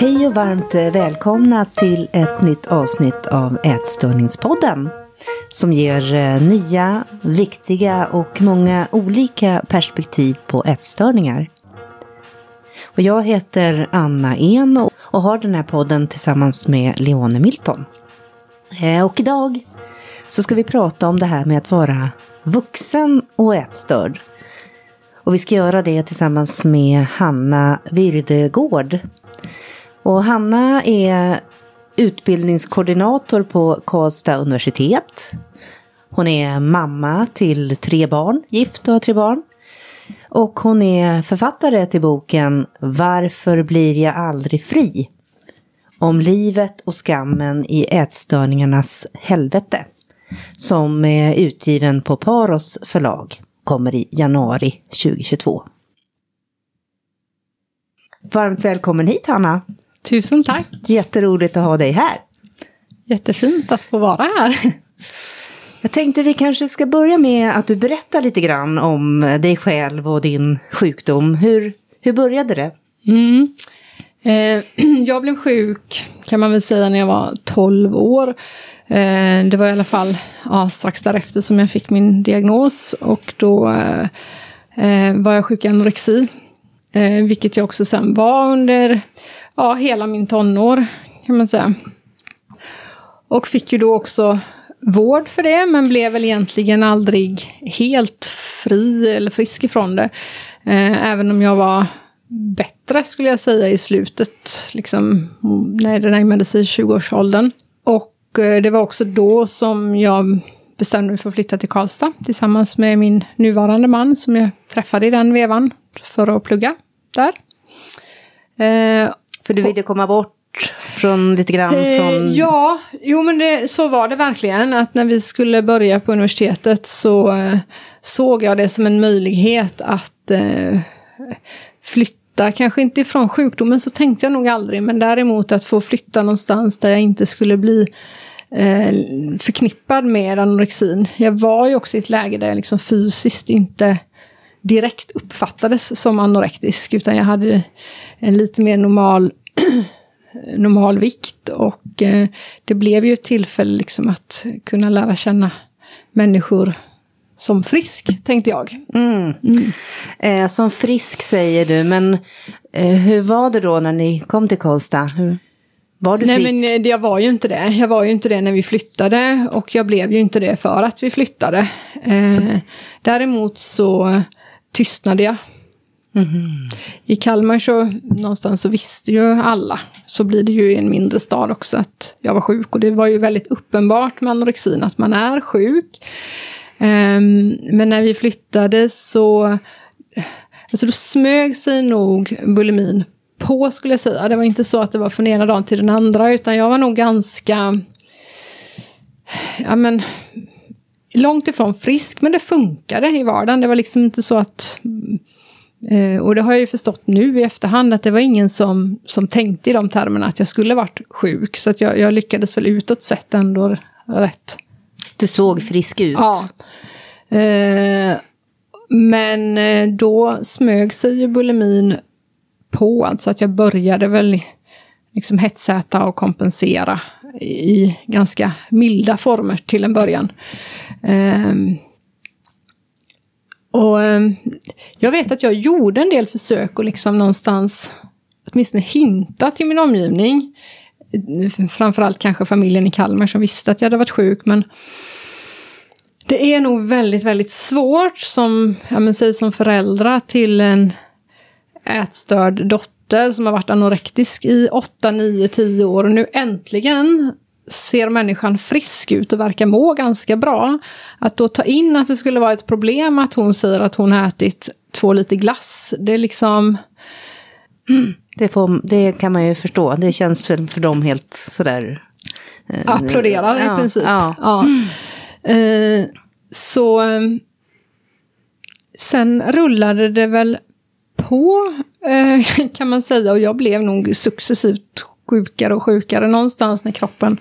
Hej och varmt välkomna till ett nytt avsnitt av Ätstörningspodden som ger nya, viktiga och många olika perspektiv på ätstörningar. Och jag heter Anna En och har den här podden tillsammans med Leone Milton. Och idag så ska vi prata om det här med att vara vuxen och ätstörd. Och vi ska göra det tillsammans med Hanna Virdegård. Och Hanna är utbildningskoordinator på Karlstad universitet. Hon är mamma till 3 barn, gift och har 3 barn. Och hon är författare till boken Varför blir jag aldrig fri? Om livet och skammen i ätstörningarnas helvete. Som är utgiven på Paros förlag. Kommer i januari 2022. Varmt välkommen hit, Hanna. Tusen tack. Jätteroligt att ha dig här. Jättefint att få vara här. Jag tänkte vi kanske ska börja med att du berättar lite grann om dig själv och din sjukdom. Hur började det? Jag blev sjuk kan man väl säga när jag var 12 år. Det var i alla fall strax därefter som jag fick min diagnos. Och då var jag sjuk i anorexi. Vilket jag också sen var under hela min tonår kan man säga. Och fick ju då också vård för det, men blev väl egentligen aldrig helt fri eller frisk ifrån det. Även om jag var bättre skulle jag säga i slutet, liksom, när det närmade sig 20-årsåldern. Och det var också då som jag bestämde mig för att flytta till Karlstad tillsammans med min nuvarande man som jag träffade i den vevan för att plugga där. För du ville komma bort från lite grann från... Men så var det verkligen. Att när vi skulle börja på universitetet så såg jag det som en möjlighet att flytta. Kanske inte ifrån sjukdomen, så tänkte jag nog aldrig. Men däremot att få flytta någonstans där jag inte skulle bli förknippad med anorexin. Jag var ju också i ett läge där jag liksom fysiskt inte direkt uppfattades som anorektisk. Utan jag hade en lite mer normal vikt. Och det blev ju ett tillfälle liksom att kunna lära känna människor som frisk, tänkte jag. Som frisk säger du, men hur var det då när ni kom till Karlstad? Var du frisk? Nej, men jag var ju inte det. Jag var ju inte det när vi flyttade, och jag blev ju inte det för att vi flyttade. Däremot så tystnade jag. I Kalmar så någonstans så visste ju alla, så blir det ju i en mindre stad också, att jag var sjuk. Och det var ju väldigt uppenbart med anorexin att man är sjuk. Men när vi flyttade så då smög sig nog bulimin på, skulle jag säga. Det var inte så att det var från ena dagen till den andra, utan jag var nog ganska långt ifrån frisk, men det funkade i vardagen. Det var liksom inte så att, och det har jag ju förstått nu i efterhand, att det var ingen som tänkte i de termerna att jag skulle varit sjuk. Så att jag lyckades väl utåt sett ändå rätt. Du såg frisk ut. Ja. Men då smög sig ju bulimin på, alltså att jag började väl liksom hetsäta och kompensera i ganska milda former till en början. Jag vet att jag gjorde en del försök och liksom någonstans åtminstone hinta till min omgivning. Framförallt kanske familjen i Kalmar som visste att jag hade varit sjuk, men det är nog väldigt, väldigt svårt som föräldrar till en ätstörd dotter som har varit anorektisk i 8, 9, 10 år. Och nu äntligen ser människan frisk ut och verkar må ganska bra. Att då ta in att det skulle vara ett problem att hon säger att hon har ätit 2 liter glass. Det är liksom... Det kan man ju förstå. Det känns för dem helt sådär... Applåderar i princip. Ja. Så sen rullade det väl på, kan man säga, och jag blev nog successivt sjukare och sjukare någonstans när kroppen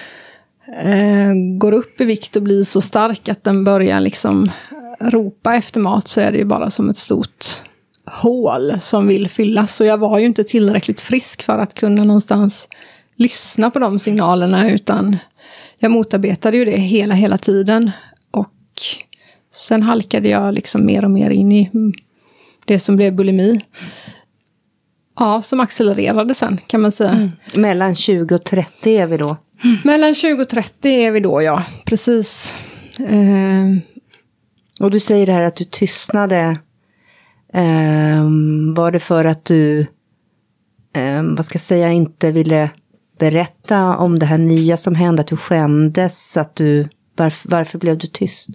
går upp i vikt och blir så stark att den börjar liksom ropa efter mat, så är det ju bara som ett stort hål som vill fyllas. Så jag var ju inte tillräckligt frisk för att kunna någonstans lyssna på de signalerna, utan jag motarbetade ju det hela tiden. Och sen halkade jag liksom mer och mer in i det som blev bulimi. Ja, som accelererade sen, kan man säga. Mellan 20 och 30 är vi då? Mellan 20 och 30 är vi då, ja. Precis. Och du säger här att du tystnade. Var det för att du, inte ville berätta om det här nya som hände? Att du skämdes? Att du, varför blev du tyst?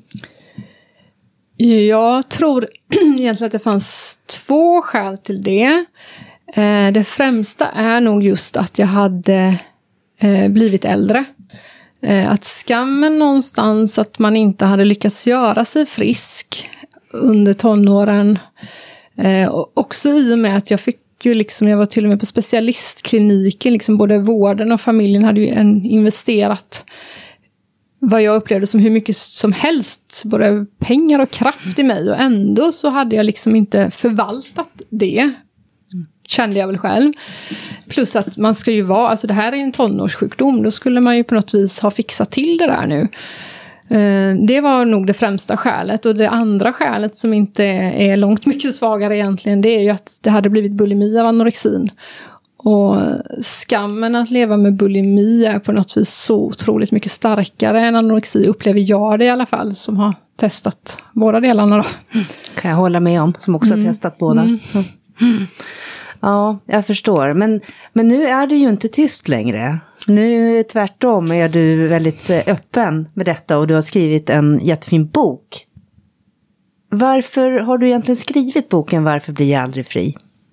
Jag tror egentligen att det fanns 2 skäl till det. Det främsta är nog just att jag hade blivit äldre. Att skammen någonstans, att man inte hade lyckats göra sig frisk under tonåren. Också i och med att jag fick ju liksom, jag var till och med på specialistkliniken, liksom både vården och familjen hade ju investerat vad jag upplevde som hur mycket som helst, både pengar och kraft i mig, och ändå så hade jag liksom inte förvaltat det, kände jag väl själv. Plus att man ska ju vara, alltså det här är ju en tonårssjukdom, då skulle man ju på något vis ha fixat till det där nu. Det var nog det främsta skälet. Och det andra skälet, som inte är långt mycket svagare egentligen, det är ju att det hade blivit bulimi av anorexin. Och skammen att leva med bulimi är på något vis så otroligt mycket starkare än anorexi, upplever jag det i alla fall, som har testat båda delarna då. Kan jag hålla med om, som också har testat båda. Ja, jag förstår. Men nu är du ju inte tyst längre. Nu tvärtom är du väldigt öppen med detta, och du har skrivit en jättefin bok. Varför har du egentligen skrivit boken Varför blir jag aldrig fri?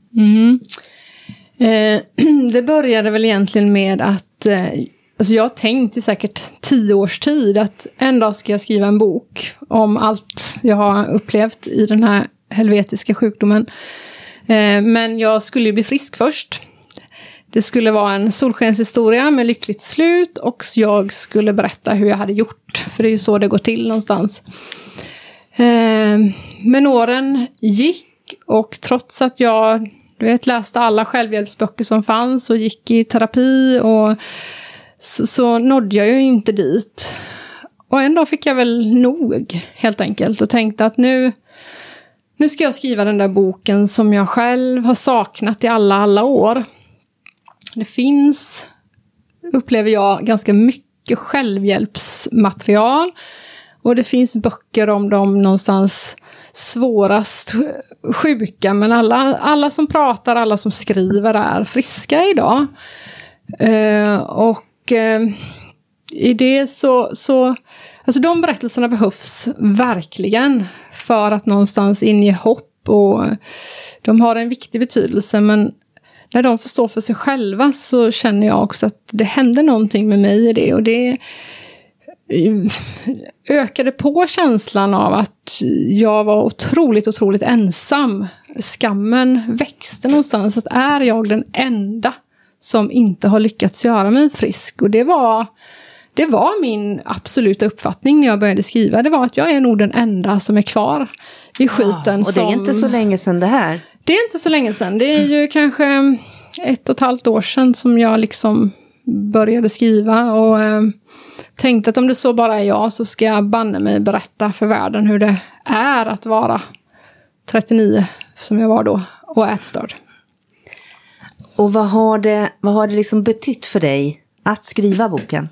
Det började väl egentligen med att alltså jag har tänkt i säkert 10 års tid att en dag ska jag skriva en bok om allt jag har upplevt i den här helvetiska sjukdomen. Men jag skulle ju bli frisk först. Det skulle vara en solskenshistoria med lyckligt slut, och jag skulle berätta hur jag hade gjort. För det är ju så det går till någonstans. Men åren gick, och trots att jag läste alla självhjälpsböcker som fanns och gick i terapi, och så nådde jag ju inte dit. Och en dag fick jag väl nog, helt enkelt, och tänkte att nu ska jag skriva den där boken som jag själv har saknat i alla år. Det finns, upplever jag, ganska mycket självhjälpsmaterial. Och det finns böcker om de någonstans svårast sjuka. Men alla som pratar, alla som skriver är friska idag. I det så alltså de berättelserna behövs verkligen för att någonstans inge hopp. Och de har en viktig betydelse, men när de får stå för sig själva så känner jag också att det hände någonting med mig i det. Och det ökade på känslan av att jag var otroligt ensam. Skammen växte någonstans. Att är jag den enda som inte har lyckats göra mig frisk? Och det var min absoluta uppfattning när jag började skriva. Det var att jag är nog den enda som är kvar i skiten. Och det är inte så länge sedan det här. Det är inte så länge sedan. Det är ju kanske 1,5 år sedan som jag liksom började skriva. Och tänkte att om det så bara är jag, så ska jag banne mig berätta för världen hur det är att vara 39, som jag var då, och ätstörd. Och vad har det liksom betytt för dig att skriva boken?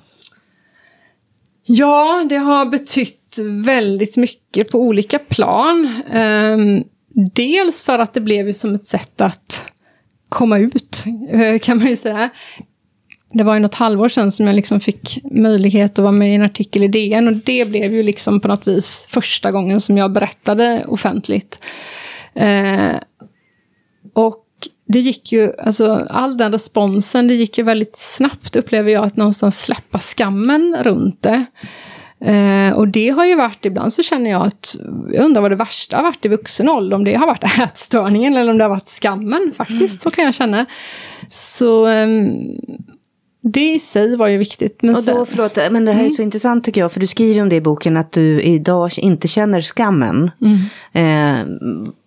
Ja, det har betytt väldigt mycket på olika plan. Dels för att det blev ju som ett sätt att komma ut, kan man ju säga. Det var ju något halvår sedan som jag liksom fick möjlighet att vara med i en artikel i DN. Och det blev ju liksom på något vis första gången som jag berättade offentligt. Och det gick ju, alltså all den responsen, det gick ju väldigt snabbt, upplever jag, att någonstans släppa skammen runt det. Och det har ju varit, ibland så känner jag att jag undrar vad det värsta har varit i vuxen ålder, om det har varit ätstörningen eller om det har varit skammen, faktiskt, så kan jag känna. Så det i sig var ju viktigt. Men och då, förlåt, men det här är så intressant tycker jag, för du skriver om det i boken att du idag inte känner skammen.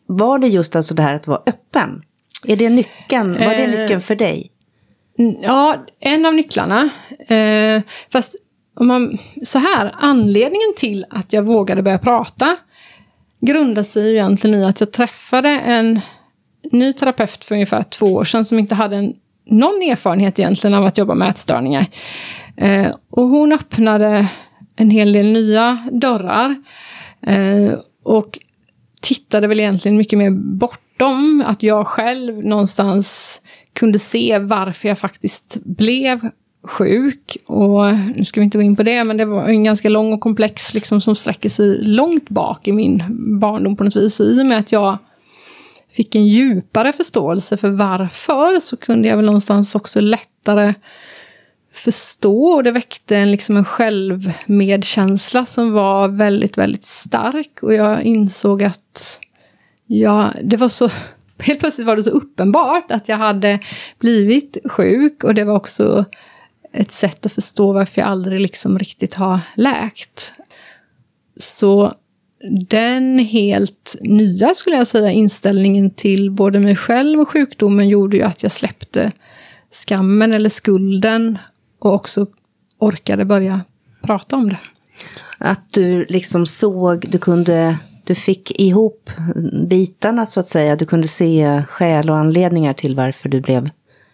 var det just alltså det här att vara öppen? Är det nyckeln? Var det nyckeln för dig? Ja, en av nycklarna. Fast anledningen till att jag vågade börja prata grundar sig ju egentligen i att jag träffade en ny terapeut för ungefär 2 år sedan som inte hade någon erfarenhet egentligen av att jobba med ätstörningar. Och hon öppnade en hel del nya dörrar och tittade väl egentligen mycket mer bortom att jag själv någonstans kunde se varför jag faktiskt blev sjuk. Och nu ska vi inte gå in på det, men det var en ganska lång och komplex liksom, som sträcker sig långt bak i min barndom på något vis. Och i och med att jag fick en djupare förståelse för varför, så kunde jag väl någonstans också lättare förstå, och det väckte en självmedkänsla som var väldigt, väldigt stark. Och jag insåg att det var så, helt plötsligt var det så uppenbart att jag hade blivit sjuk, och det var också ett sätt att förstå varför jag aldrig riktigt har läkt. Så den helt nya, skulle jag säga, inställningen till både mig själv och sjukdomen gjorde ju att jag släppte skammen eller skulden och också orkade börja prata om det. Att du såg, du fick ihop bitarna så att säga. Du kunde se skäl och anledningar till varför du blev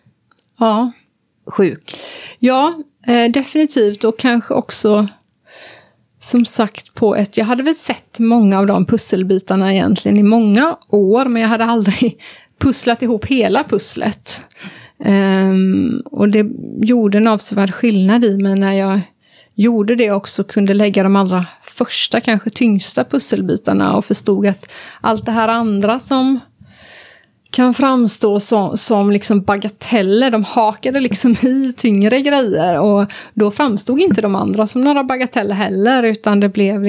sjuk. Ja, definitivt. Och kanske också, som sagt, jag hade väl sett många av de pusselbitarna egentligen i många år, men jag hade aldrig pusslat ihop hela pusslet. Och det gjorde en avsevärd skillnad i mig när jag gjorde det, också kunde lägga de allra första, kanske tyngsta pusselbitarna, och förstod att allt det här andra som kan framstå som bagateller, de hakade i tyngre grejer, och då framstod inte de andra som några bagateller heller, utan det blev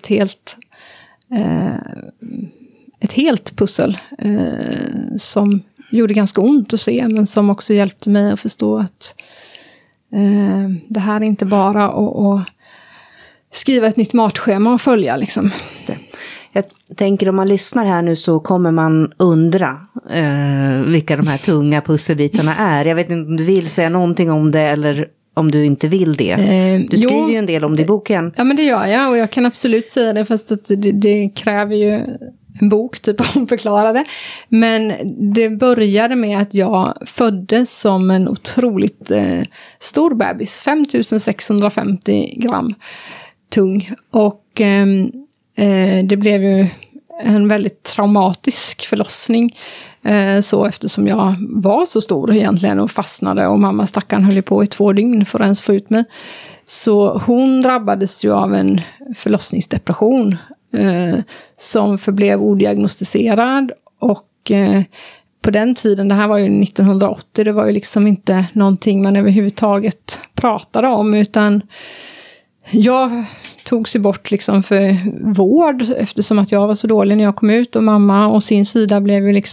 ett helt pussel som gjorde ganska ont att se, men som också hjälpte mig att förstå att det här är inte bara att skriva ett nytt matschema och följa Just det. Jag tänker, om man lyssnar här nu så kommer man undra vilka de här tunga pusselbitarna är. Jag vet inte om du vill säga någonting om det eller om du inte vill det. Du skriver ju en del om det i boken. Ja, men det gör jag, och jag kan absolut säga det, fast att det kräver ju en bok typ om förklarade. Men det började med att jag föddes som en otroligt stor bebis, 5650 gram tung, och det blev ju en väldigt traumatisk förlossning, så eftersom jag var så stor egentligen och fastnade, och mamma stackaren höll på i 2 dygn för att ens få ut mig. Så hon drabbades ju av en förlossningsdepression som förblev odiagnostiserad, och på den tiden, det här var ju 1980, det var ju inte någonting man överhuvudtaget pratade om, utan jag togs ju bort för vård, eftersom att jag var så dålig när jag kom ut, och mamma och sin sida blev ju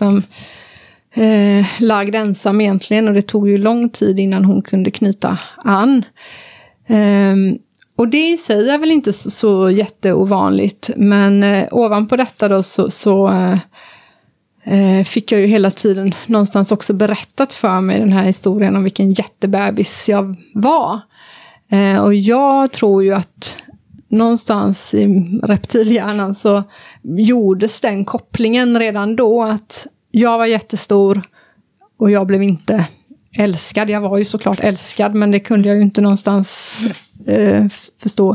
lagd ensam egentligen, och det tog ju lång tid innan hon kunde knyta an. Och det i sig är väl inte så jätteovanligt, men ovanpå detta då så fick jag ju hela tiden någonstans också berättat för mig den här historien om vilken jättebebis jag var. Och jag tror ju att någonstans i reptilhjärnan så gjordes den kopplingen redan då, att jag var jättestor och jag blev inte älskad. Jag var ju såklart älskad, men det kunde jag ju inte någonstans förstå.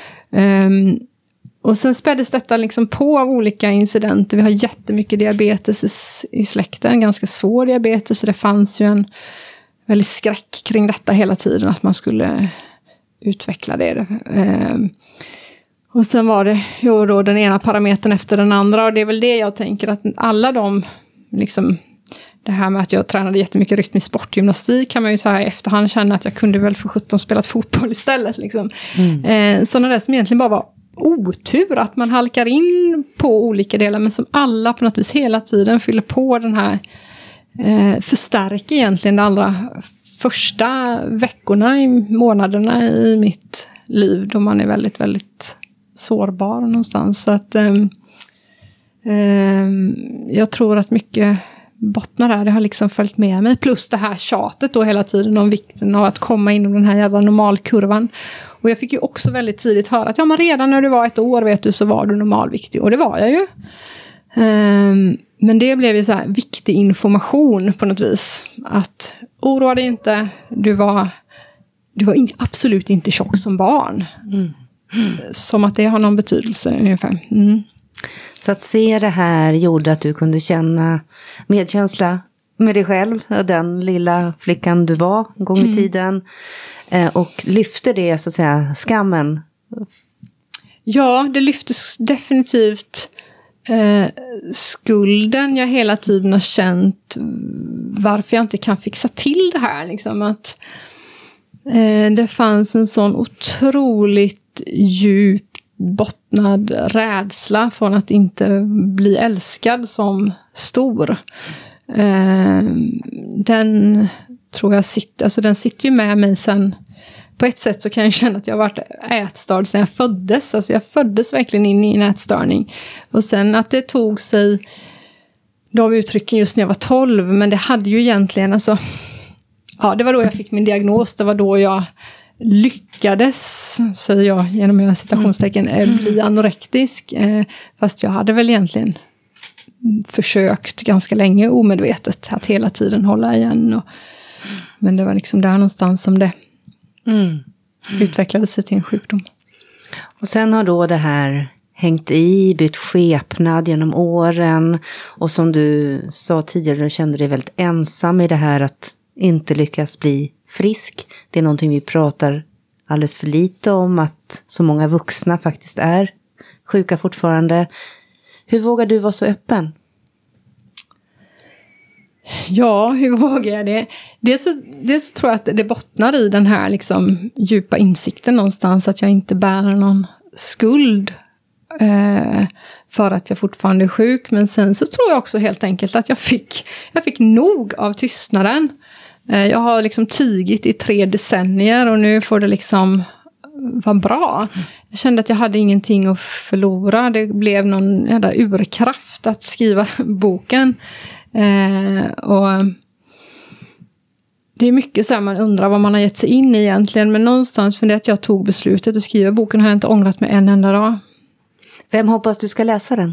Och sen späddes detta på av olika incidenter. Vi har jättemycket diabetes i släkten, ganska svår diabetes, så det fanns ju en väldigt skräck kring detta hela tiden, att man skulle utveckla det. Och sen var det ju då den ena parametern efter den andra, och det är väl det jag tänker, att alla de det här med att jag tränade jättemycket rytmisk sportgymnastik, kan man ju så här i efterhand känna att jag kunde väl för 17 spelat fotboll istället sådana där som egentligen bara var otur, att man halkar in på olika delar, men som alla på något vis hela tiden fyller på den här förstärker egentligen de allra första veckorna, månaderna i mitt liv, då man är väldigt, väldigt sårbar någonstans. Så att Jag tror att mycket bottnar där. Det har liksom följt med mig. Plus det här tjatet då hela tiden om vikten av att komma inom den här jävla normalkurvan. Och jag fick ju också väldigt tidigt höra att ja, men redan när du var 1 år vet du så var du normalviktig. Och det var jag ju. Men det blev ju så här viktig information på något vis. Att oroa dig inte. Du var absolut inte tjock som barn. Som att det har någon betydelse ungefär. Så att se det här gjorde att du kunde känna medkänsla med dig själv. Den lilla flickan du var en gång i tiden. Och lyfte det så att säga skammen. Ja, det lyftes definitivt skulden jag hela tiden har känt. Varför jag inte kan fixa till det här. Liksom att det fanns en sån otroligt djup bottnad rädsla från att inte bli älskad som stor. Den tror jag den sitter ju med mig sen. På ett sätt så kan jag känna att jag har varit ätstörd sedan jag föddes. Alltså jag föddes verkligen in i en ätstörning. Och sen att det tog sig de uttrycken just när jag var 12. Men det hade ju egentligen ja, det var då jag fick min diagnos. Det var då jag lyckades, säger jag genom mina citationstecken, bli anorektisk. Fast jag hade väl egentligen försökt ganska länge omedvetet att hela tiden hålla igen. Men det var liksom där någonstans som det utvecklade sig till en sjukdom. Och sen har då det här hängt i, bytt skepnad genom åren. Och som du sa tidigare, du kände dig väldigt ensam i det här att inte lyckas bli frisk. Det är någonting vi pratar alldeles för lite om, att så många vuxna faktiskt är sjuka fortfarande. Hur vågar du vara så öppen? Ja, hur vågar jag det? Det så tror jag att det bottnar i den här liksom djupa insikten någonstans, att jag inte bär någon skuld för att jag fortfarande är sjuk. Men sen så tror jag också helt enkelt att jag fick nog av tystnaden. Jag har liksom tigit i 3 decennier och nu får det liksom vara bra. Jag kände att jag hade ingenting att förlora. Det blev någon jävla urkraft att skriva boken. Och det är mycket så här man undrar vad man har gett sig in i egentligen. Men någonstans för det att jag tog beslutet att skriva boken har jag inte ångrat mig en enda dag. Vem hoppas du ska läsa den?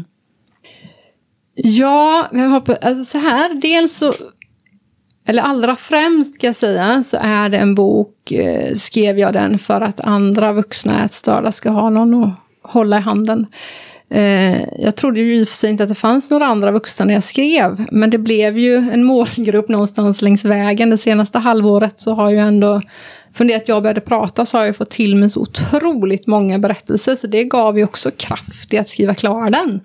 Ja, vem hoppas, alltså så här, dels så, eller allra främst ska jag säga, så är det en bok, skrev jag den för att andra vuxna ätstörda ska ha någon att hålla i handen. Jag trodde ju i och för sig inte att det fanns några andra vuxna när jag skrev, men det blev ju en målgrupp någonstans längs vägen. Det senaste halvåret så har jag ändå, från det att jag började prata så har jag fått till mig så otroligt många berättelser, så det gav ju också kraft i att skriva klar den.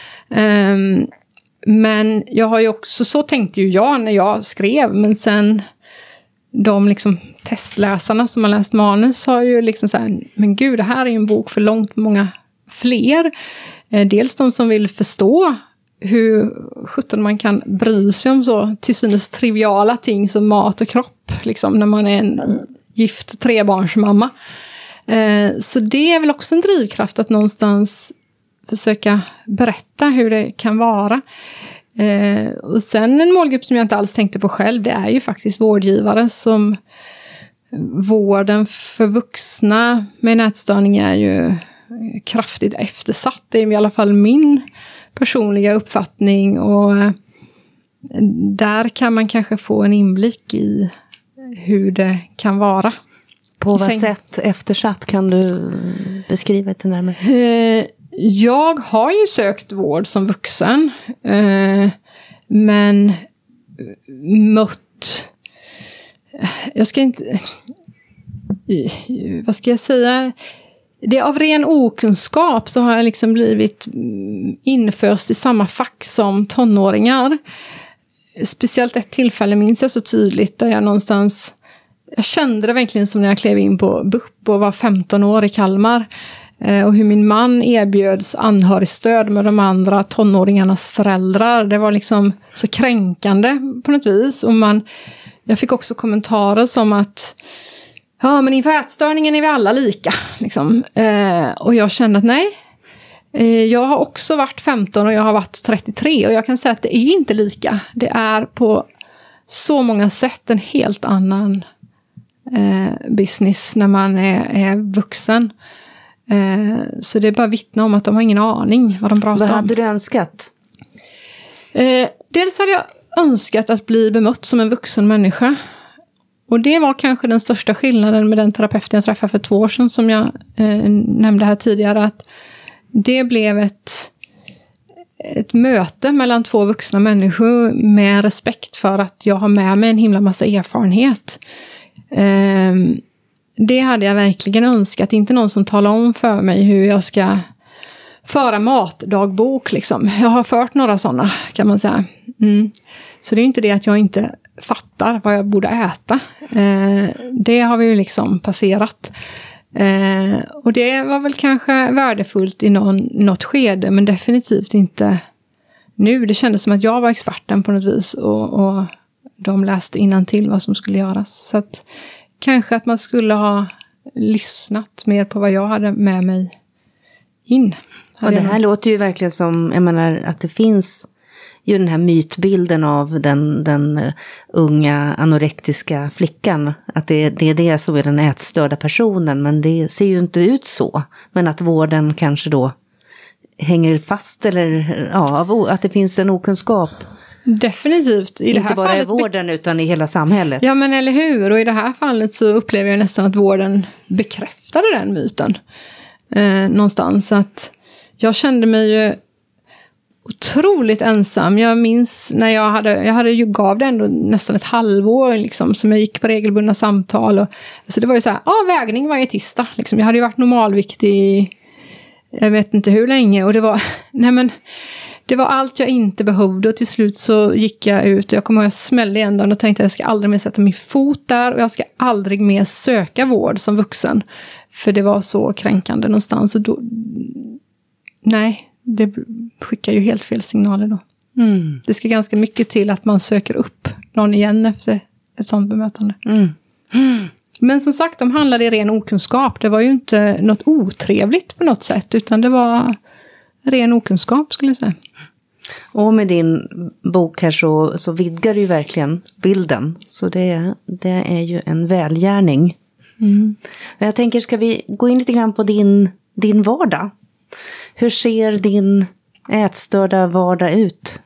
Men jag har ju också, så tänkte ju jag när jag skrev, men sen de liksom testläsarna som har läst manus har ju liksom så här, men gud, det här är ju en bok för långt många fler. Dels de som vill förstå hur sjutton man kan bry sig om så till synes triviala ting som mat och kropp, liksom när man är en gift 3-barnsmamma. Så det är väl också en drivkraft att någonstans försöka berätta hur det kan vara. Och sen en målgrupp som jag inte alls tänkte på själv, det är ju faktiskt vårdgivare som vården för vuxna med nätstörning är ju kraftigt eftersatt. Det är i alla fall min personliga uppfattning, och där kan man kanske få en inblick i hur det kan vara. På vad sätt eftersatt, kan du beskriva det närmare? Jag har ju sökt vård som vuxen, men mött, jag ska inte, vad ska jag säga, det av ren okunskap så har jag liksom blivit inföst i samma fack som tonåringar. Speciellt ett tillfälle minns jag så tydligt, där jag någonstans, jag kände det verkligen som när jag klev in på BUP och var 15 år i Kalmar. Och hur min man erbjöds anhörigstöd med de andra tonåringarnas föräldrar. Det var liksom så kränkande på något vis. Och jag fick också kommentarer som att ja, men inför ätstörningen är vi alla lika. Liksom. Och jag kände att nej. Jag har också varit 15 och jag har varit 33 och jag kan säga att det är inte lika. Det är på så många sätt en helt annan business när man är vuxen. Så det är bara vittna om att de har ingen aning vad de pratar om. Vad hade du önskat? Dels hade jag önskat att bli bemött som en vuxen människa. Och det var kanske den största skillnaden med den terapeuten jag träffade för 2 år sedan som jag nämnde här tidigare. Att det blev ett möte mellan 2 vuxna människor med respekt för att jag har med mig en himla massa erfarenhet. Det hade jag verkligen önskat. Inte någon som talar om för mig hur jag ska föra matdagbok. Liksom. Jag har fört några sådana kan man säga. Så det är inte det att jag inte fattar vad jag borde äta. Det har vi ju liksom passerat. Och det var väl kanske värdefullt i något skede, men definitivt inte nu. Det kändes som att jag var experten på något vis och de läste innantill vad som skulle göras. Så att kanske att man skulle ha lyssnat mer på vad jag hade med mig in. Och det här låter ju verkligen som, jag menar, att det finns ju den här mytbilden av den unga anorektiska flickan. Att det är det som är den ätstörda personen. Men det ser ju inte ut så. Men att vården kanske då hänger fast eller att det finns en okunskap. Definitivt. Inte bara fallet, i vården utan i hela samhället. Ja, men eller hur? Och i det här fallet så upplever jag nästan att vården bekräftade den myten. Någonstans att jag kände mig ju otroligt ensam. Jag minns när jag gav det ändå nästan ett halvår liksom, som jag gick på regelbundna samtal. Så det var ju så här, vägning varje tisdag. Liksom. Jag hade ju varit normalviktig jag vet inte hur länge. Och det var, det var allt jag inte behövde. Och till slut så gick jag ut och jag kommer ihåg att jag smällde igen och tänkte att jag ska aldrig mer sätta min fot där. Och jag ska aldrig mer söka vård som vuxen. För det var så kränkande någonstans. Och då, det skickar ju helt fel signaler då. Det ska ganska mycket till att man söker upp någon igen efter ett sånt bemötande. Men som sagt, de handlade i ren okunskap. Det var ju inte något otrevligt på något sätt. Utan det var ren okunskap skulle jag säga. Och med din bok här så vidgar du ju verkligen bilden. Så det är ju en välgärning. Men jag tänker, ska vi gå in lite grann på din vardag? Hur ser din ätstörda vardag ut?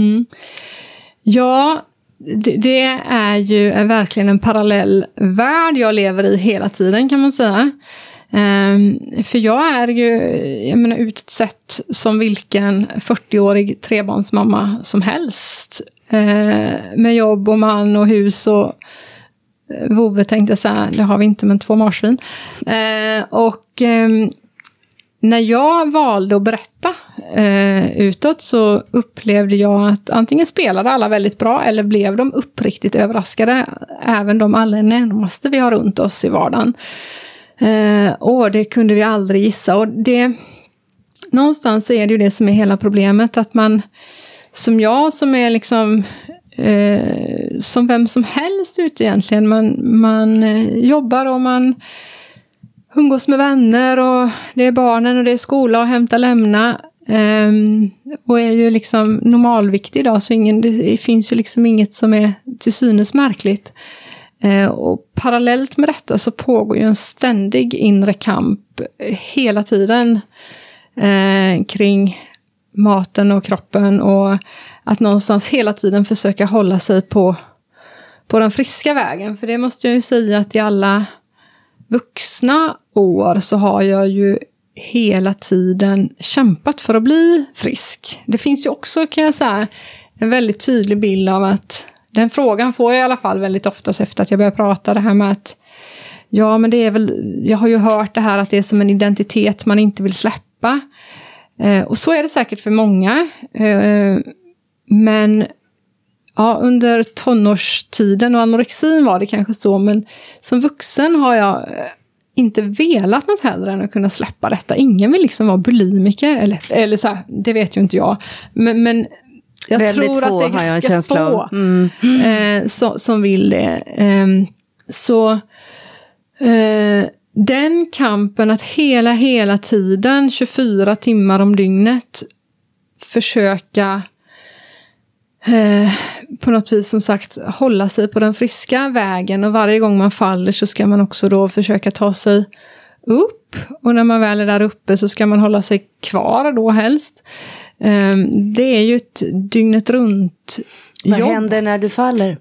Ja, det är ju verkligen en parallell värld jag lever i hela tiden kan man säga. För jag är ju, utåt sett som vilken 40-årig trebarnsmamma som helst. Med jobb och man och hus och vovve tänkte jag säga, det har vi inte men 2 marsvin. När jag valde att berätta utåt så upplevde jag att antingen spelade alla väldigt bra eller blev de uppriktigt överraskade. Även de allra närmaste vi har runt oss i vardagen. Och det kunde vi aldrig gissa. Och någonstans så är det ju det som är hela problemet. Att man, som jag som är liksom som vem som helst ute egentligen. Man jobbar och man umgås med vänner och det är barnen och det är skola och hämta lämna. Och är ju liksom normalviktig idag så det finns ju liksom inget som är till synes märkligt. Och parallellt med detta så pågår ju en ständig inre kamp hela tiden kring maten och kroppen och att någonstans hela tiden försöka hålla sig på den friska vägen. För det måste jag ju säga att i alla vuxna år så har jag ju hela tiden kämpat för att bli frisk. Det finns ju också, kan jag säga, en väldigt tydlig bild av att den frågan får jag i alla fall väldigt oftast efter att jag börjar prata det här med att ja, men det är väl, jag har ju hört det här att det är som en identitet man inte vill släppa. Och så är det säkert för många. Men ja, under tonårstiden och anorexin var det kanske så, men som vuxen har jag inte velat något hellre än att kunna släppa detta. Ingen vill liksom vara bulimiker, eller så här, det vet ju inte jag. Men jag väldigt tror få, att det är ganska få som vill det. den kampen att hela tiden, 24 timmar om dygnet, försöka på något vis som sagt hålla sig på den friska vägen, och varje gång man faller så ska man också då försöka ta sig upp, och när man väl är där uppe så ska man hålla sig kvar då helst. Det är ju ett dygnet runt jobb. Vad händer när du faller?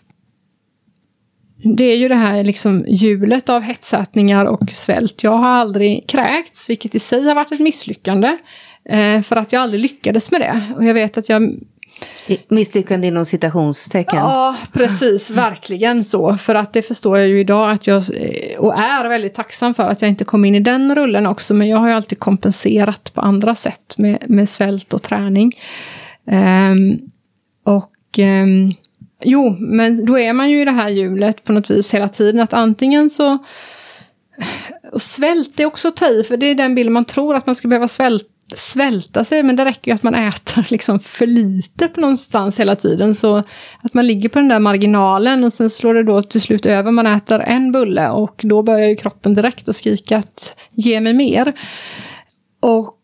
Det är ju det här liksom hjulet av hetsätningar och svält. Jag har aldrig kräkts, vilket i sig har varit ett misslyckande. För att jag aldrig lyckades med det. Och jag vet att jag... Misslyckande inom citationstecken. Ja, precis. Verkligen så. För att det förstår jag ju idag att jag... Och är väldigt tacksam för att jag inte kom in i den rullen också. Men jag har ju alltid kompenserat på andra sätt. Med svält och träning. Jo, men då är man ju i det här hjulet på något vis hela tiden. Att antingen så... Och svält är också att ta i, för det är den bild man tror att man ska behöva svälta sig. Men det räcker ju att man äter liksom för lite på någonstans hela tiden. Så att man ligger på den där marginalen och sen slår det då till slut över. Man äter en bulle och då börjar ju kroppen direkt att skrika att ge mig mer. Och...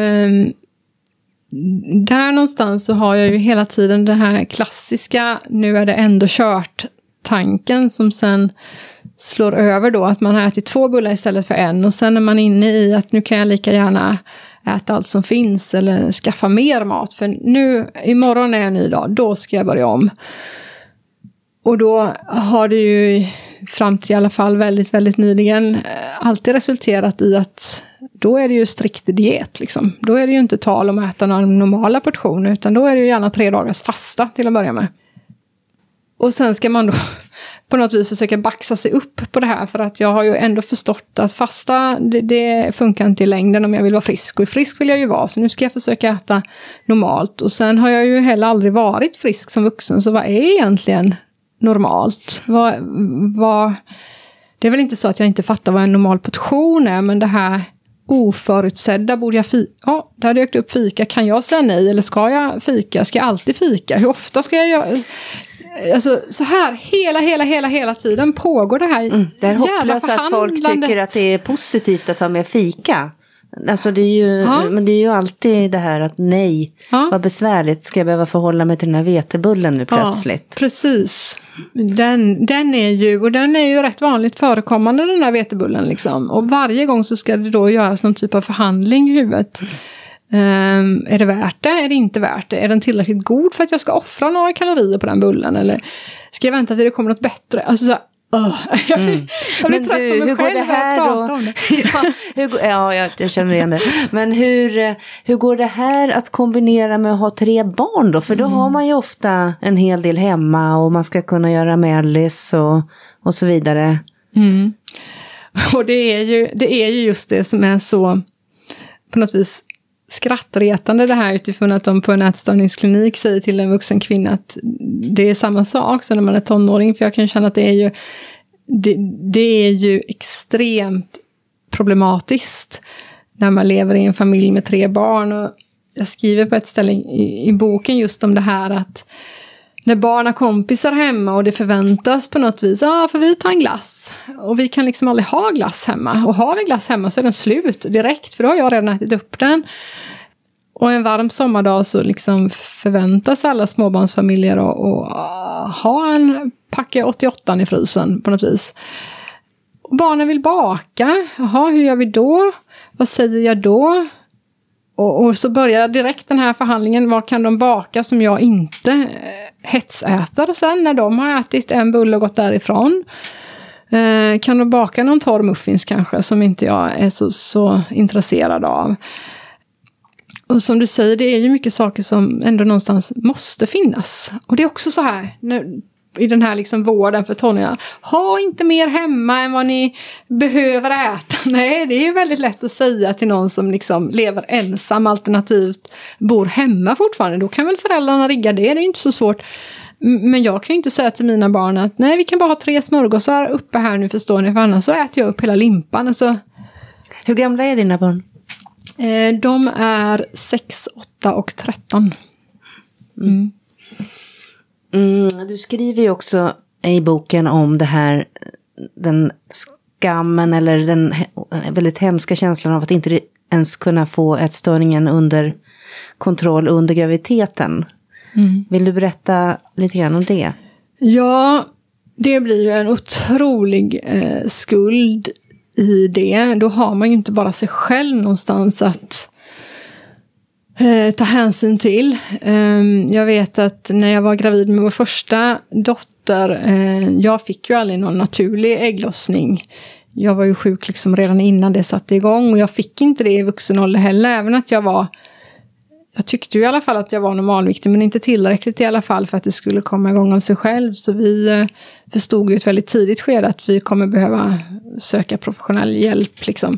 där någonstans så har jag ju hela tiden det här klassiska, nu är det ändå kört tanken som sen slår över då, att man har ätit 2 bullar istället för 1, och sen är man inne i att nu kan jag lika gärna äta allt som finns eller skaffa mer mat, för nu, imorgon är en ny dag, då ska jag börja om. Och då har det ju fram till i alla fall väldigt, väldigt nyligen alltid resulterat i att då är det ju strikt diet liksom. Då är det ju inte tal om att äta några normala portioner, utan då är det ju gärna 3 dagars fasta till att börja med. Och sen ska man då på något vis försöka baxa sig upp på det här, för att jag har ju ändå förstått att fasta, det funkar inte i längden om jag vill vara frisk, och frisk vill jag ju vara, så nu ska jag försöka äta normalt. Och sen har jag ju heller aldrig varit frisk som vuxen, så vad är egentligen normalt? Det är väl inte så att jag inte fattar vad en normal portion är, men det här oförutsedda, borde jag ja, det har dykt upp fika, kan jag säga nej eller ska jag fika? Ska jag alltid fika? Hur ofta ska jag göra? Alltså så här hela tiden pågår det här. Det är hopplöst att folk tycker att det är positivt att ha med fika. Alltså det är ju, men det är ju alltid det här att nej, vad besvärligt, ska jag behöva förhålla mig till den här vetebullen nu plötsligt. Ja, precis. Den är ju rätt vanligt förekommande, den här vetebullen liksom. Och varje gång så ska det då göras någon typ av förhandling i huvudet. Är det värt det? Är det inte värt det? Är den tillräckligt god för att jag ska offra några kalorier på den bullen? Eller ska jag vänta till det kommer något bättre? Alltså så jag men du, hur går det här då? Jag känner igen det. Men hur går det här att kombinera med att ha 3 barn då? För då har man ju ofta en hel del hemma och man ska kunna göra mellis och så vidare. Och det är ju just det som är så på något vis skrattretande, det här utifrån att de på en ätstörningsklinik säger till en vuxen kvinna att det är samma sak som när man är tonåring, för jag kan känna att det är ju extremt problematiskt när man lever i en familj med 3 barn, och jag skriver på ett ställe i boken just om det här att när barn har kompisar hemma och det förväntas på något vis, för vi tar en glass. Och vi kan liksom aldrig ha glass hemma. Och har vi glass hemma så är den slut direkt, för då har jag redan ätit upp den. Och en varm sommardag så liksom förväntas alla småbarnsfamiljer att ha en packe 88 i frysen på något vis. Och barnen vill baka. Jaha, hur gör vi då? Vad säger jag då? Och så börjar direkt den här förhandlingen. Vad kan de baka som jag inte hetsäter sen när de har ätit en bulle och gått därifrån? Kan de baka någon torr muffins kanske som inte jag är så intresserad av? Och som du säger, det är ju mycket saker som ändå någonstans måste finnas. Och det är också så här, i den här liksom vården för tonåringar. Ha inte mer hemma än vad ni behöver äta. Nej, det är ju väldigt lätt att säga till någon som liksom lever ensam, alternativt bor hemma fortfarande. Då kan väl föräldrarna rigga det, det är inte så svårt. Men jag kan ju inte säga till mina barn att nej, vi kan bara ha 3 smörgåsar uppe här nu, förstår ni, för annars så äter jag upp hela limpan. Alltså, hur gamla är dina barn? De är 6, 8 och 13. Du skriver ju också i boken om det här, den skammen eller den väldigt hemska känslan av att inte ens kunna få ätstörningen under kontroll under graviditeten. Vill du berätta lite grann om det? Ja, det blir ju en otrolig skuld i det. Då har man ju inte bara sig själv någonstans att ta hänsyn till. Jag vet att när jag var gravid med vår första dotter, jag fick ju aldrig någon naturlig ägglossning. Jag var ju sjuk liksom redan innan det satte igång och jag fick inte det i vuxen ålder heller, även att jag tyckte ju i alla fall att jag var normalviktig, men inte tillräckligt i alla fall för att det skulle komma igång av sig själv. Så vi förstod ju ett väldigt tidigt skede att vi kommer behöva söka professionell hjälp liksom.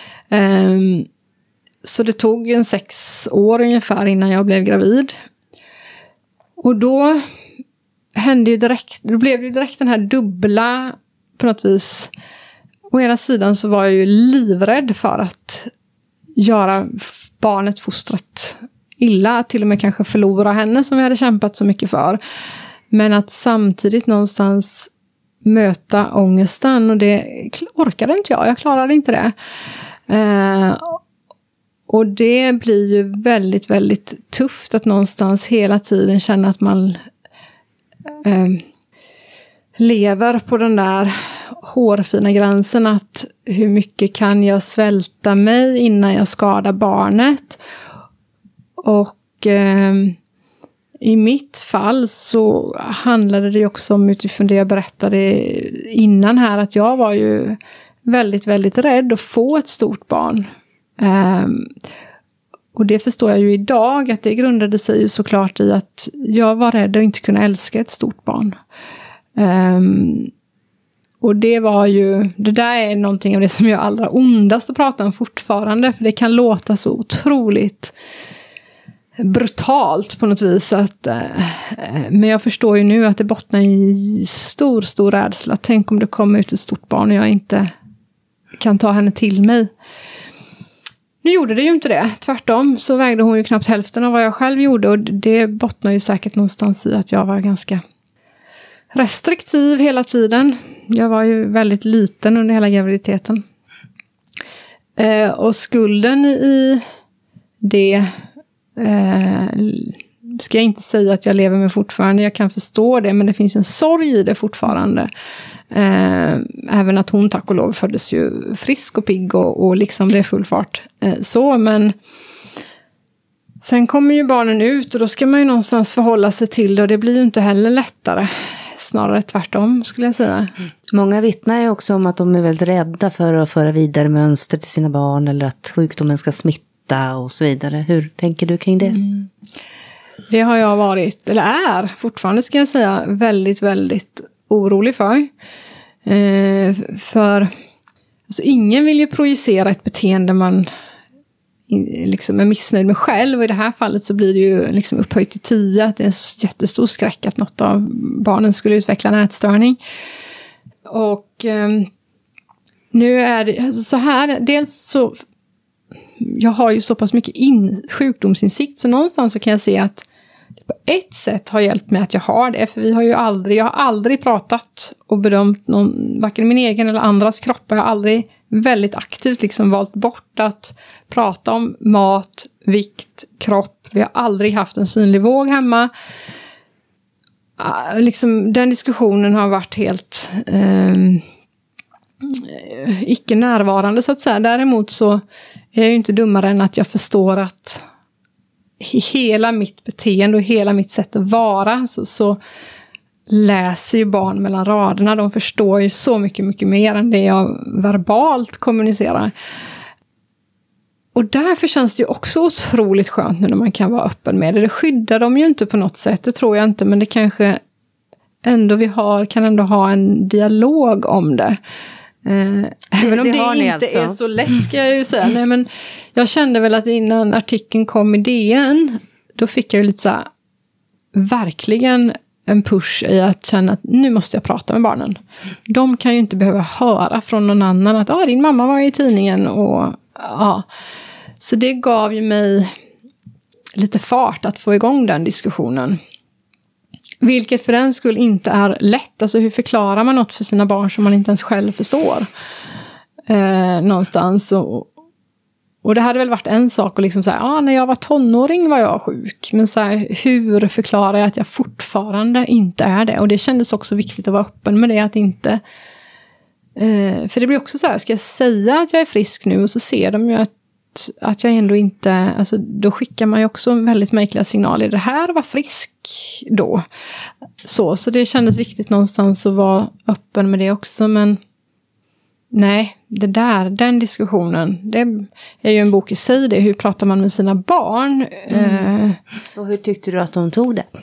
Så det tog 6 år ungefär innan jag blev gravid. Och då blev det direkt den här dubbla på något vis. Å ena sidan så var jag ju livrädd för att göra barnet, fostret illa, till och med kanske förlora henne som vi hade kämpat så mycket för. Men att samtidigt någonstans möta ångesten, och det orkade inte jag klarade inte det. Och det blir ju väldigt, väldigt tufft att någonstans hela tiden känna att man lever på den där hårfina gränsen, att hur mycket kan jag svälta mig innan jag skadar barnet. Och i mitt fall så handlade det också om, utifrån det jag berättade innan här, att jag var ju väldigt, väldigt rädd att få ett stort barn. Och det förstår jag ju idag, att det grundade sig ju såklart i att jag var rädd att inte kunna älska ett stort barn. Och det där är någonting av det som jag allra ondast att prata om fortfarande, för det kan låta så otroligt brutalt på något vis. Men jag förstår ju nu att det bottnar i stor rädsla. Tänk om det kommer ut ett stort barn och jag inte kan ta henne till mig. Nu gjorde det ju inte det. Tvärtom så vägde hon ju knappt hälften av vad jag själv gjorde. Och det bottnar ju säkert någonstans i att jag var ganska restriktiv hela tiden. Jag var ju väldigt liten under hela graviditeten. Och skulden i det ska jag inte säga att jag lever med fortfarande. Jag kan förstå det, men det finns en sorg i det fortfarande. Även att hon, tack och lov, föddes ju frisk och pigg och liksom det är full fart. Men sen kommer ju barnen ut och då ska man ju någonstans förhålla sig till det, och det blir ju inte heller lättare. Snarare tvärtom, skulle jag säga. Många vittnar ju också om att de är väldigt rädda för att föra vidare mönster till sina barn, eller att sjukdomen ska smitta och så vidare. Hur tänker du kring det? Det har jag varit, eller är fortfarande, ska jag säga, väldigt, väldigt orolig för. För alltså, ingen vill ju projicera ett beteende man liksom är missnöjd med själv. Och i det här fallet så blir det ju liksom upphöjt till 10. Att det är en jättestor skräck att något av barnen skulle utveckla en ätstörning. Och nu är det så här. Dels så jag har ju så pass mycket sjukdomsinsikt, så någonstans så kan jag se att det på ett sätt har hjälpt mig att jag har det. För jag har aldrig pratat och bedömt varken min egen eller andras kropp. Jag har aldrig väldigt aktivt liksom valt bort att prata om mat, vikt, kropp. Vi har aldrig haft en synlig våg hemma. Liksom, den diskussionen har varit helt icke närvarande, så att säga. Däremot så är jag ju inte dummare än att jag förstår att hela mitt beteende och hela mitt sätt att vara så läser ju barn mellan raderna. De förstår ju så mycket, mycket mer än det jag verbalt kommunicerar. Och därför känns det ju också otroligt skönt nu när man kan vara öppen med det. Det skyddar dem ju inte på något sätt, det tror jag inte. Men det kanske ändå kan ändå ha en dialog om det. Även om det inte alltså är så lätt, ska jag ju säga. Nej, men jag kände väl att innan artikeln kom i DN, då fick jag ju lite så här, verkligen en push i att känna att nu måste jag prata med barnen. De kan ju inte behöva höra från någon annan att din mamma var i tidningen. Så det gav ju mig lite fart att få igång den diskussionen. Vilket för den skull inte är lätt. Alltså hur förklarar man något för sina barn som man inte ens själv förstår? någonstans. Och det hade väl varit en sak att liksom säga, när jag var tonåring var jag sjuk. Men så här, hur förklarar jag att jag fortfarande inte är det? Och det kändes också viktigt att vara öppen med det, att inte... för det blir också så här, ska jag säga att jag är frisk nu och så ser de ju att jag ändå inte... Alltså, då skickar man ju också väldigt märkliga signaler. Det här var frisk då. Så det kändes viktigt någonstans att vara öppen med det också, men... Nej, den diskussionen, det är ju en bok i sig. Det är hur pratar man med sina barn. Och hur tyckte du att de tog det?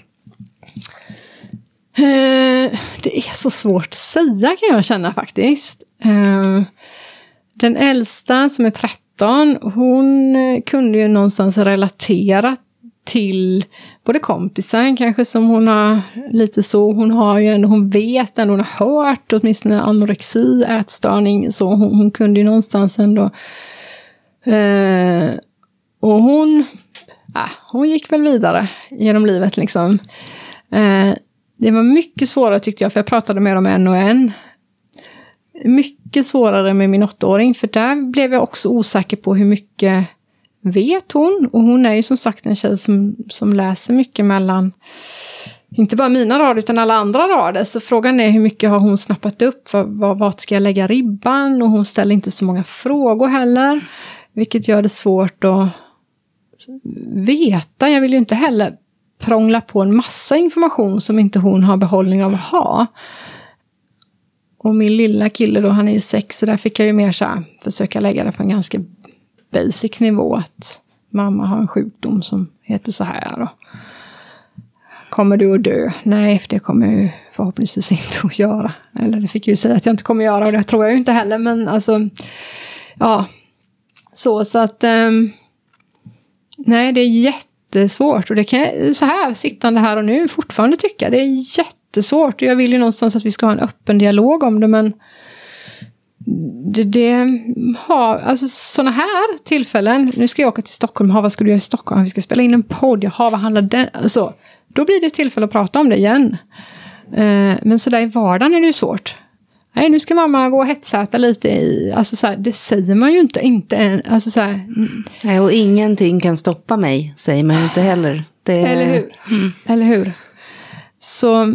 Det är så svårt att säga, kan jag känna faktiskt. Den äldsta som är 13, hon kunde ju någonstans relatera till både kompisen kanske som hon har lite så. Hon har ju ändå, hon vet ändå, hon har hört åtminstone anorexi, ätstörning, så hon kunde ju någonstans ändå. Och hon gick väl vidare genom livet liksom. Det var mycket svårare tyckte jag, för jag pratade med dem en och en. Mycket svårare med min 8-åring, för där blev jag också osäker på hur mycket vet hon. Och hon är ju som sagt en tjej som läser mycket mellan, inte bara mina rader utan alla andra rader. Så frågan är hur mycket har hon snappat upp, vart ska jag lägga ribban? Och hon ställer inte så många frågor heller, vilket gör det svårt att veta. Jag vill ju inte heller prångla på en massa information som inte hon har behållning av att ha. Och min lilla kille då, han är ju 6, så där fick jag ju mer så här, försöka lägga det på en ganska basic nivå, att mamma har en sjukdom som heter så här. Och kommer du att dö? Nej, för det kommer jag ju förhoppningsvis inte att göra. Eller det fick jag ju säga att jag inte kommer göra, och det tror jag ju inte heller. Men alltså, ja. Så att, nej, det är jättesvårt. Och det kan jag så här, sittande här och nu, fortfarande tycka. Det är jättesvårt. Och jag vill ju någonstans att vi ska ha en öppen dialog om det, men det har, alltså sådana här tillfällen, nu ska jag åka till Stockholm, vad ska du göra i Stockholm? Vi ska spela in en podd, vad handlar den? Så, då blir det ett tillfälle att prata om det igen. Men så där i vardagen är det ju svårt. Nej, nu ska mamma gå och hetsäta lite i, alltså så här, det säger man ju inte alltså så här. Nej, och ingenting kan stoppa mig, säger man ju inte heller. Eller hur? Eller hur? Så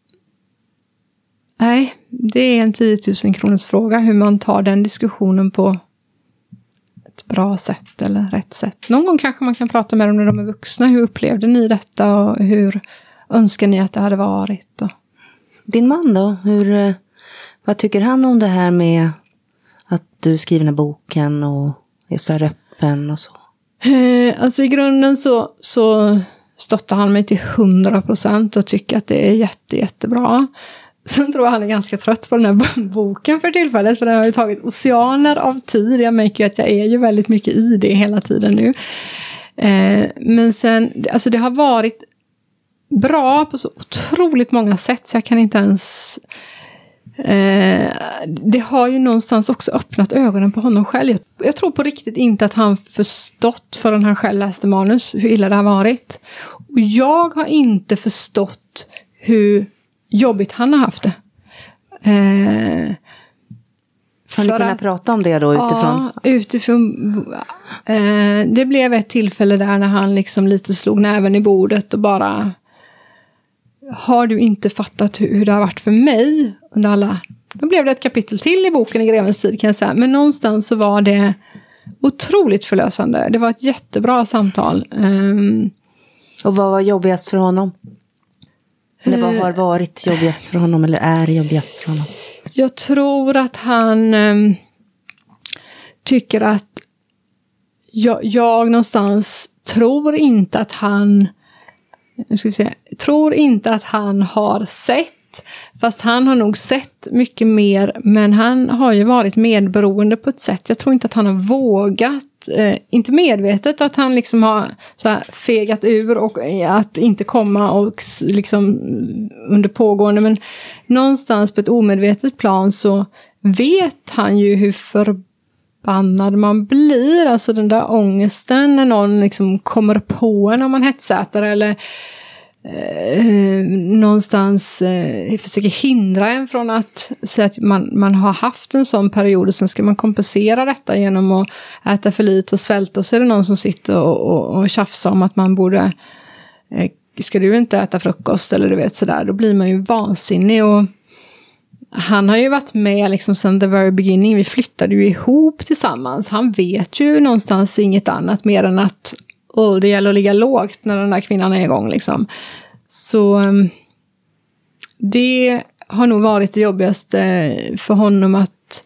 nej, det är en 10 000 kronors fråga hur man tar den diskussionen på ett bra sätt eller rätt sätt. Någon gång kanske man kan prata med dem när de är vuxna. Hur upplevde ni detta och hur önskar ni att det hade varit? Din man då? Vad tycker han om det här med att du skriver den här boken och är så här öppen och så? Alltså i grunden så stöttar han mig till 100% och tycker att det är jättebra. Sen tror jag han är ganska trött på den här boken för tillfället, för den har ju tagit oceaner av tid. Jag märker ju att jag är ju väldigt mycket i det hela tiden nu. Men sen, alltså det har varit bra på så otroligt många sätt så jag kan inte ens... det har ju någonstans också öppnat ögonen på honom själv. Jag tror på riktigt inte att han förstått förrän han själv läste manus hur illa det har varit. Och jag har inte förstått hur jobbigt han har haft det. Har ni kunnat prata om det då utifrån? Ja, utifrån. Det blev ett tillfälle där när han liksom lite slog näven i bordet och bara... Har du inte fattat hur det har varit för mig under alla... Då blev det ett kapitel till i boken i Grevens tid, kan jag säga. Men någonstans så var det otroligt förlösande. Det var ett jättebra samtal. Och vad var jobbigast för honom? Eller vad har varit jobbigast för honom? Eller är jobbigast för honom? Jag tror att han tycker att... Jag någonstans tror inte att han... tror inte att han har sett, fast han har nog sett mycket mer, men han har ju varit medberoende på ett sätt. Jag tror inte att han har vågat, inte medvetet att han liksom har så här fegat ur och att inte komma och liksom under pågående, men någonstans på ett omedvetet plan så vet han ju hur förbannad man blir, alltså den där ångesten när någon liksom kommer på en om man hetsäter eller någonstans försöker hindra en från att säga att man har haft en sån period och sen ska man kompensera detta genom att äta för lite och svälta, och så är det någon som sitter och tjafsar om att man borde ska du inte äta frukost eller du vet sådär, då blir man ju vansinnig. Och han har ju varit med liksom sedan the very beginning. Vi flyttade ju ihop tillsammans. Han vet ju någonstans inget annat mer än att det gäller att ligga lågt när den där kvinnan är igång liksom. Så det har nog varit det jobbigaste för honom, att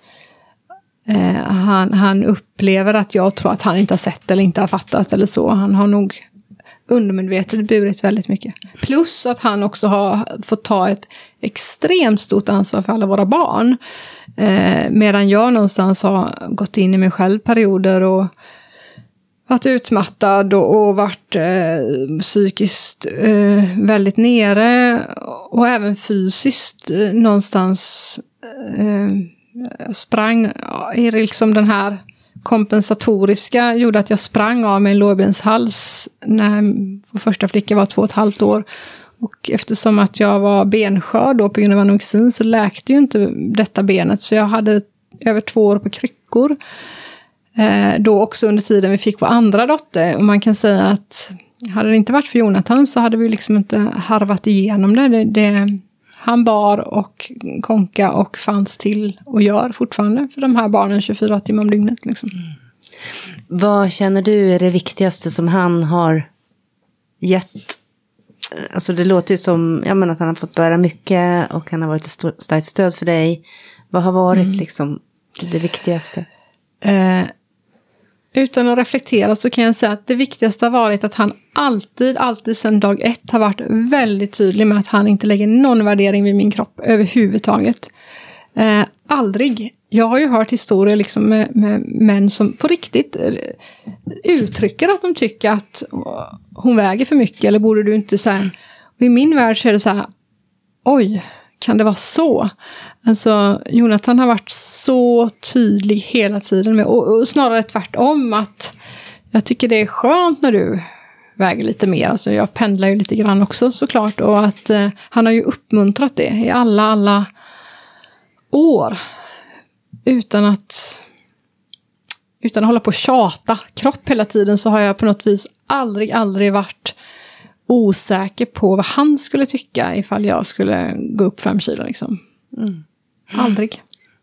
han upplever att jag tror att han inte har sett eller inte har fattat eller så. Han har nog undermedvetet burit väldigt mycket. Plus att han också har fått ta ett extremt stort ansvar för alla våra barn. Medan jag någonstans har gått in i mig själv perioder och varit utmattad och varit psykiskt väldigt nere och även fysiskt någonstans sprang i liksom den här kompensatoriska gjorde att jag sprang av med en lårbenshals när vår första flicka var 2,5 år. Och eftersom att jag var benskör då på grund av anorexin så läkte ju inte detta benet. Så jag hade över 2 år på kryckor. Då också under tiden vi fick vår andra dotter. Och man kan säga att hade det inte varit för Jonathan så hade vi liksom inte harvat igenom det. Han bar och konka och fanns till och gör fortfarande för de här barnen 24 timmar om dygnet. Liksom. Vad känner du är det viktigaste som han har gett? Alltså det låter ju som att han har fått bära mycket och han har varit ett starkt stöd för dig. Vad har varit liksom det viktigaste? Utan att reflektera så kan jag säga att det viktigaste har varit att han alltid sedan dag 1 har varit väldigt tydlig med att han inte lägger någon värdering vid min kropp överhuvudtaget. Aldrig. Jag har ju hört historier liksom med män som på riktigt uttrycker att de tycker att hon väger för mycket eller borde du inte säga. Och i min värld så är det så här, oj, kan det vara så? Alltså Jonathan har varit så tydlig hela tiden med, och snarare tvärtom att jag tycker det är skönt när du väger lite mer. Alltså jag pendlar ju lite grann också såklart, och att han har ju uppmuntrat det i alla år utan att hålla på och tjata kropp hela tiden, så har jag på något vis aldrig varit osäker på vad han skulle tycka ifall jag skulle gå upp 5 kilo liksom. Aldrig.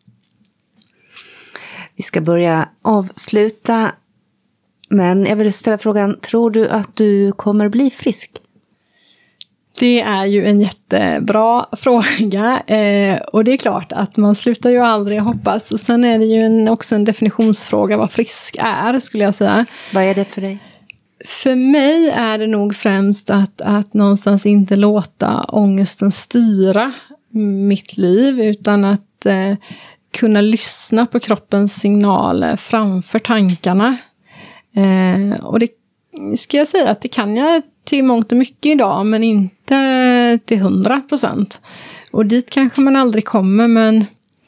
Vi ska börja avsluta, men jag vill ställa frågan, tror du att du kommer bli frisk? Det är ju en jättebra fråga, och det är klart att man slutar ju aldrig hoppas, och sen är det ju också en definitionsfråga vad frisk är, skulle jag säga. Vad är det för dig? För mig är det nog främst att någonstans inte låta ångesten styra mitt liv, utan att kunna lyssna på kroppens signaler framför tankarna. Och det ska jag säga att det kan jag till mångt och mycket idag, men inte till 100%. Och dit kanske man aldrig kommer, men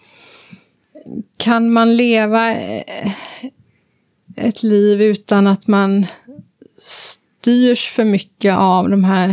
kan man leva ett liv utan att man styrs för mycket av de här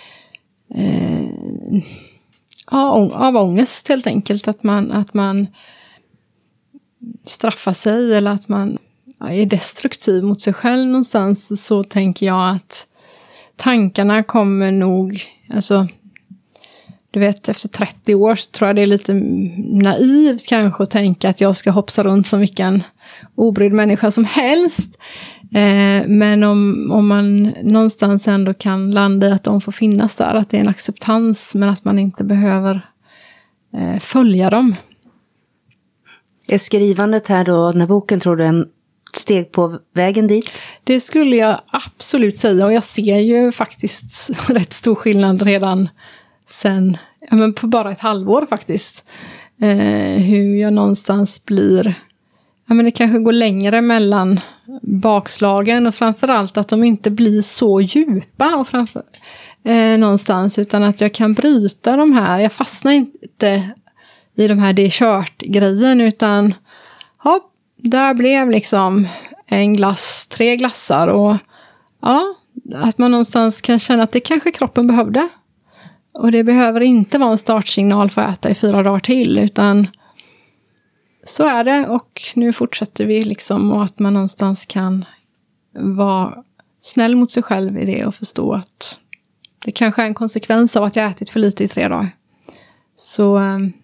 av ångest helt enkelt, att man straffar sig eller att man är destruktiv mot sig själv någonstans, så tänker jag att tankarna kommer nog, alltså du vet, efter 30 år så tror jag det är lite naivt kanske att tänka att jag ska hopsa runt som vilken obrydd människa som helst. Men om man någonstans ändå kan landa i att de får finnas där, att det är en acceptans, men att man inte behöver följa dem. Är skrivandet här då, den här boken, tror du en steg på vägen dit? Det skulle jag absolut säga, och jag ser ju faktiskt rätt stor skillnad redan sen, men på bara ett halvår faktiskt. Hur jag någonstans blir, men det kanske går längre mellan bakslagen, och framförallt att de inte blir så djupa och någonstans, utan att jag kan bryta de här, jag fastnar inte i de här det är kört-grejen, utan där blev liksom en glass, 3 glassar, och ja, att man någonstans kan känna att det kanske kroppen behövde. Och det behöver inte vara en startsignal för att äta i 4 dagar till, utan så är det och nu fortsätter vi liksom, och att man någonstans kan vara snäll mot sig själv i det och förstå att det kanske är en konsekvens av att jag ätit för lite i 3 dagar. Så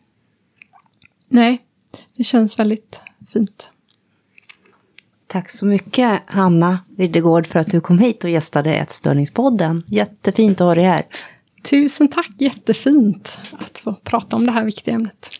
nej, det känns väldigt fint. Tack så mycket Hanna Widdegård för att du kom hit och gästade Ätstörningspodden. Jättefint att ha dig här. Tusen tack, jättefint att få prata om det här viktiga ämnet.